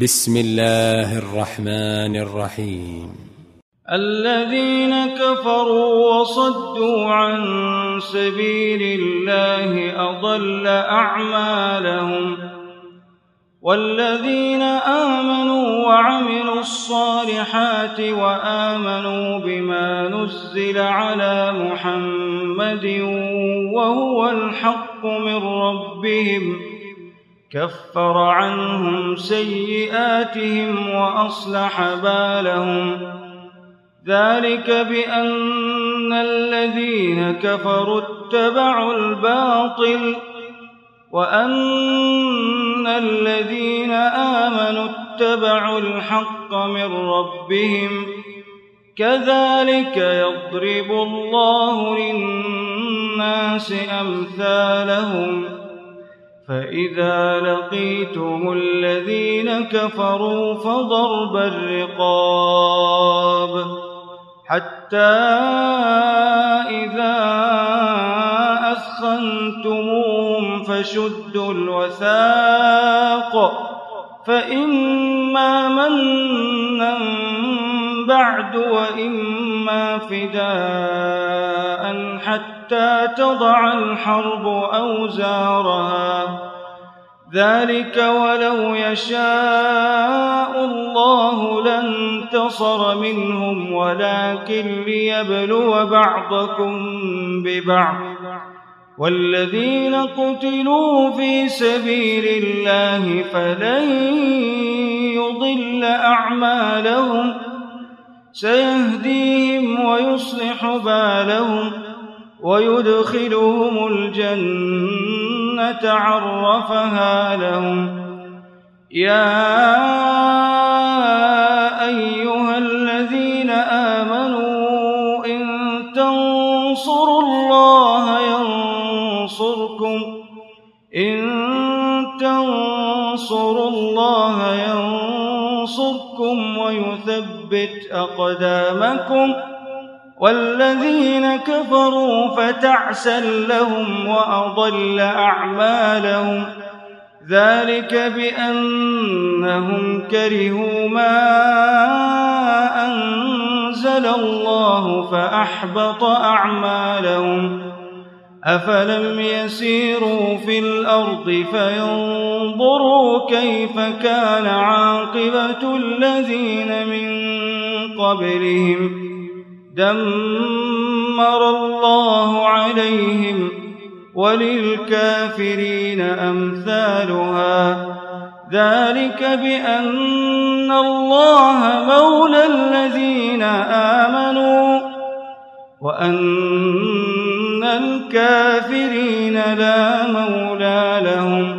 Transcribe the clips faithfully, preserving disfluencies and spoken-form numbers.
بسم الله الرحمن الرحيم. الذين كفروا وصدوا عن سبيل الله أضل أعمالهم والذين آمنوا وعملوا الصالحات وآمنوا بما نزل على محمد وهو الحق من ربهم كفر عنهم سيئاتهم وأصلح بالهم ذلك بأن الذين كفروا اتبعوا الباطل وأن الذين آمنوا اتبعوا الحق من ربهم كذلك يضرب الله للناس أمثالهم فإذا لقيتم الذين كفروا فضرب الرقاب حتى إذا أثخنتموهم فشدوا الوثاق فإما منا بعد وإما فداء حتى تضع الحرب أوزارها ذلك ولو يشاء الله لانتصر منهم ولكن ليبلو بعضكم ببعض والذين قتلوا في سبيل الله فلن يضل أعمالهم سيهديهم ويصلح بالهم ويدخلهم الجنة عرفها لهم يا أيها الذين آمنوا إن تنصروا الله ينصركم إن تنصروا الله ينصركم ويثبت أقدامكم والذين كفروا فتعسا لهم وأضل أعمالهم ذلك بأنهم كرهوا ما أنزل الله فأحبط أعمالهم أفلم يسيروا في الأرض فينظروا كيف كان عاقبة الذين من قبلهم دمر الله عليهم وللكافرين أمثالها ذلك بأن الله مولى الذين آمنوا وأن الكافرين لا مولى لهم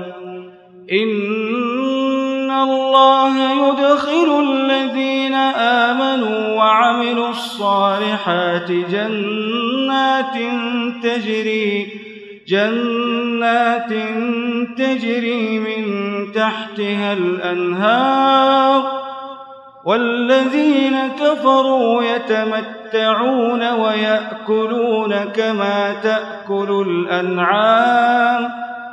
إن الله يدخل الذين آمنوا وعملوا الصالحات جنات تجري جنات تجري من تحتها الأنهار والذين كفروا يتمتعون ويأكلون كما تأكل الأنعام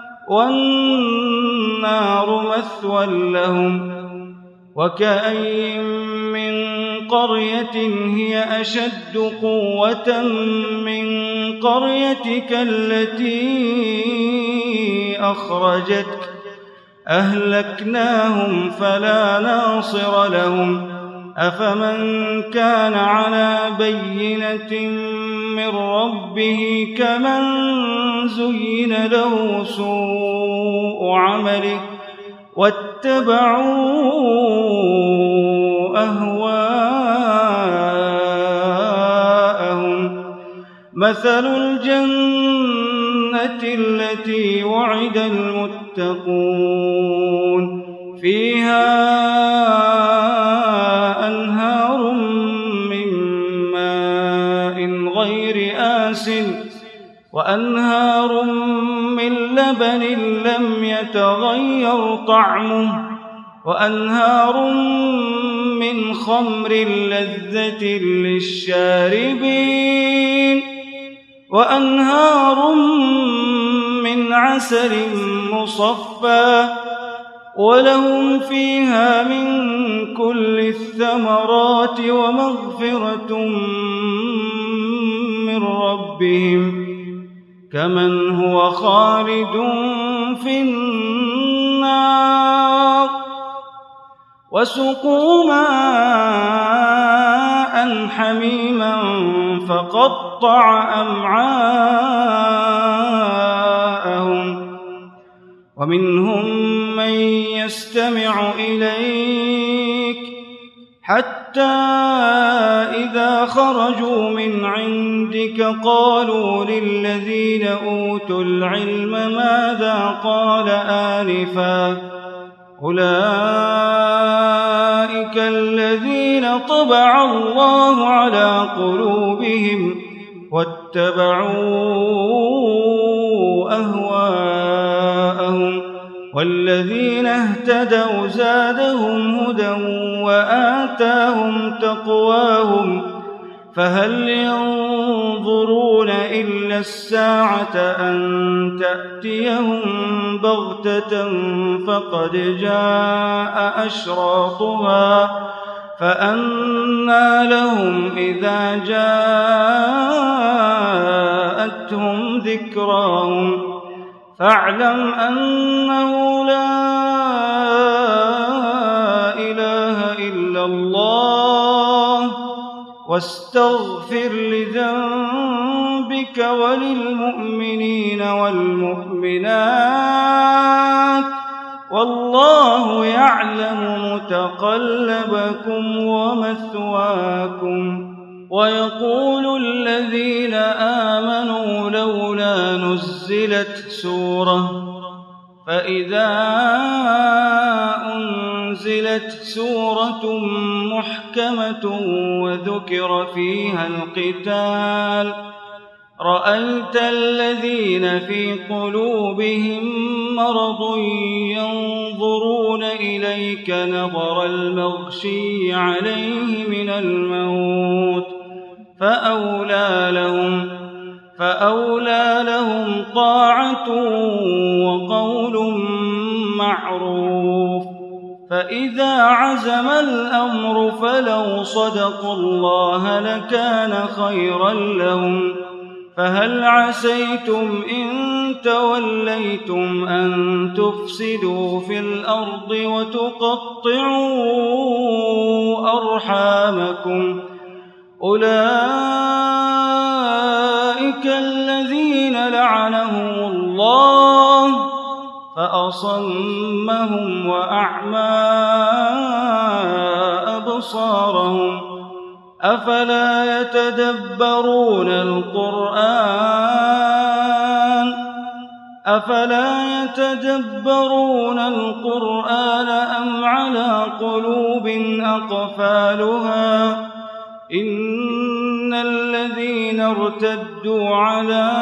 والنار مثوى لهم وكأين من قرية هي أشد قوة من قريتك التي أخرجتك أهلكناهم فلا ناصر لهم أفمن كان على بينة من ربه كمن زين له سوء عمله واتبعوا أهواءهم مثل الجنة التي وعد المتقون فيها أنهار من ماء غير آسن وأنهار من لبن لم يتغير طعمه وأنهار من خمر لذة للشاربين وأنهار من عسل مصفى ولهم فيها من كل الثمرات ومغفرة من ربهم كمن هو خالد في النار وسقوا ماء حميما فقطع أمعاءهم ومنهم من يستمع إليك حتى إذا خرجوا من عندك قالوا للذين أوتوا العلم ماذا قال آنفا أولئك الذين طبع الله على قلوبهم واتبعوا أهواءهم والذين اهتدوا زادهم هدى وآتاهم تقواهم فهل ينظرون إلا الساعة أن تأتيهم بغتة فقد جاء أشراطها فأنى لهم إذا جاءتهم ذكراهم فاعلم أنه لا إله إلا الله واستغفر لذنبك وللمؤمنين والمؤمنات والله يعلم متقلبكم ومثواكم ويقول الذين آمنوا لولا نزلت سورة فإذا أنزلت سورة محكمة وذكر فيها القتال رأيت الذين في قلوبهم مرض ينظرون إليك نظر المغشي عليه من الموت فأولى لهم فأولى لهم طاعة وقول معروف فإذا عزم الأمر فلو صدقوا الله لكان خيرا لهم فهل عسيتم إن توليتم أن تفسدوا في الأرض وتقطعوا أرحامكم أولئك الذين لعنهم الله فأصمهم وأعمى أبصارهم أفلا يتدبرون القرآن أفلا يتدبرون القرآن أم على قلوب أقفالها إن الذين ارتدوا على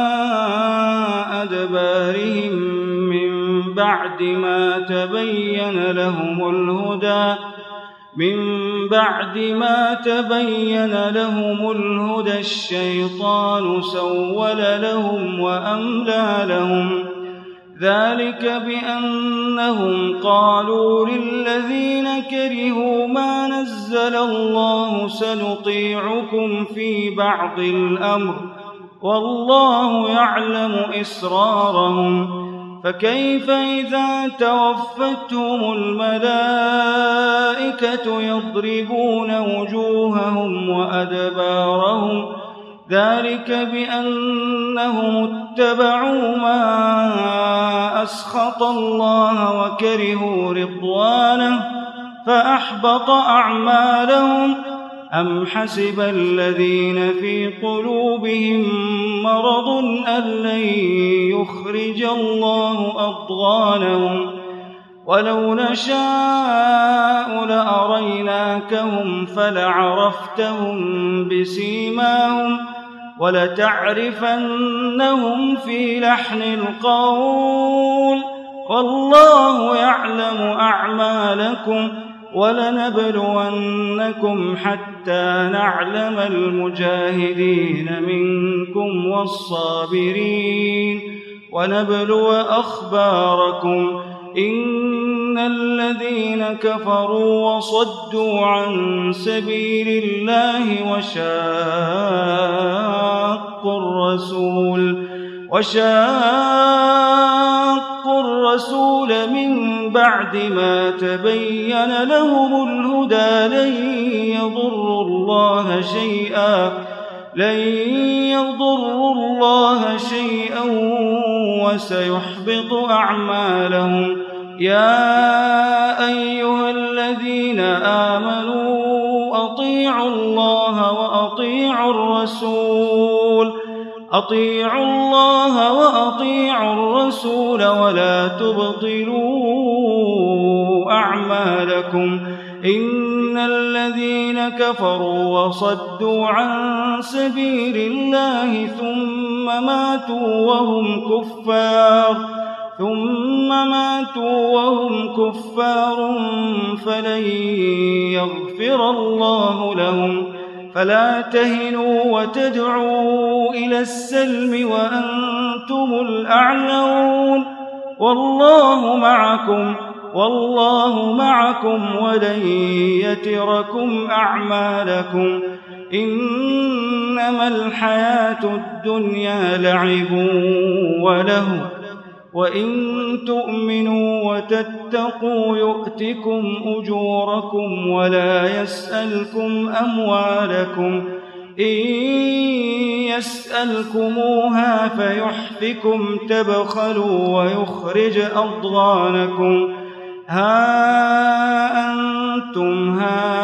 أدبارهم من بعد ما تبين لهم الهدى من بعد ما تبين لهم الهدى الشيطان سول لهم وأملى لهم ذلك بأنهم قالوا للذين كرهوا ما نزل الله سنطيعكم في بعض الأمر والله يعلم إسرارهم فكيف إذا توفتهم الملائكة يضربون وجوههم وأدبارهم ذلك بأنهم اتبعوا ما أسخط الله وكرهوا رضوانه فأحبط أعمالهم أم حسب الذين في قلوبهم مرض أن لن يخرج الله أضغانهم ولو نشاء لأريناكهم فلعرفتهم بسيماهم ولتعرفنهم في لحن القول والله يعلم أعمالكم ولنبلونكم حتى نعلم المجاهدين منكم والصابرين ونبلو أخباركم إن إن الذين كفروا وصدوا عن سبيل الله وشاقوا الرسول وشاقوا الرسول من بعد ما تبين لهم الهدى لن يضروا الله شيئا لن يضروا الله شيئا وسيحبط أعمالهم. يا أيها الذين آمنوا أطيعوا الله وأطيعوا الرسول أطيعوا الله وأطيعوا الرسول ولا تبطلوا أعمالكم. إن الذين كفروا وصدوا عن سبيل الله ثم ماتوا وهم كفار ثم ماتوا وهم كفار فلن يغفر الله لهم. فلا تهنوا وتدعوا إلى السلم وأنتم الأعلون والله معكم والله معكم ولن يتركم أعمالكم. إنما الحياة الدنيا لعب وله وإن تؤمنوا وتتقوا يؤتكم أجوركم ولا يسألكم أموالكم. إن يسألكموها فيحفكم تبخلوا ويخرج أضغانكم. ها أنتم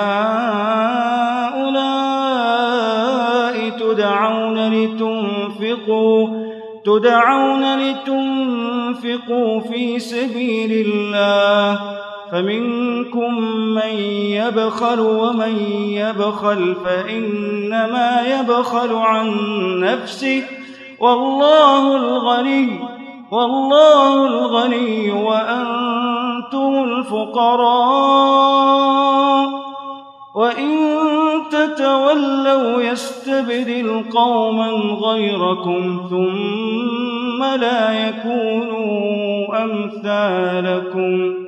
هؤلاء تدعون لتنفقوا تدعون لتنفقوا في سبيل الله فمنكم من يبخل ومن يبخل فإنما يبخل عن نفسه والله الغني والله الغني وأنتم الفقراء وإن تتولوا يستبدل قوما غيركم ثم لا يكونوا أمثالكم.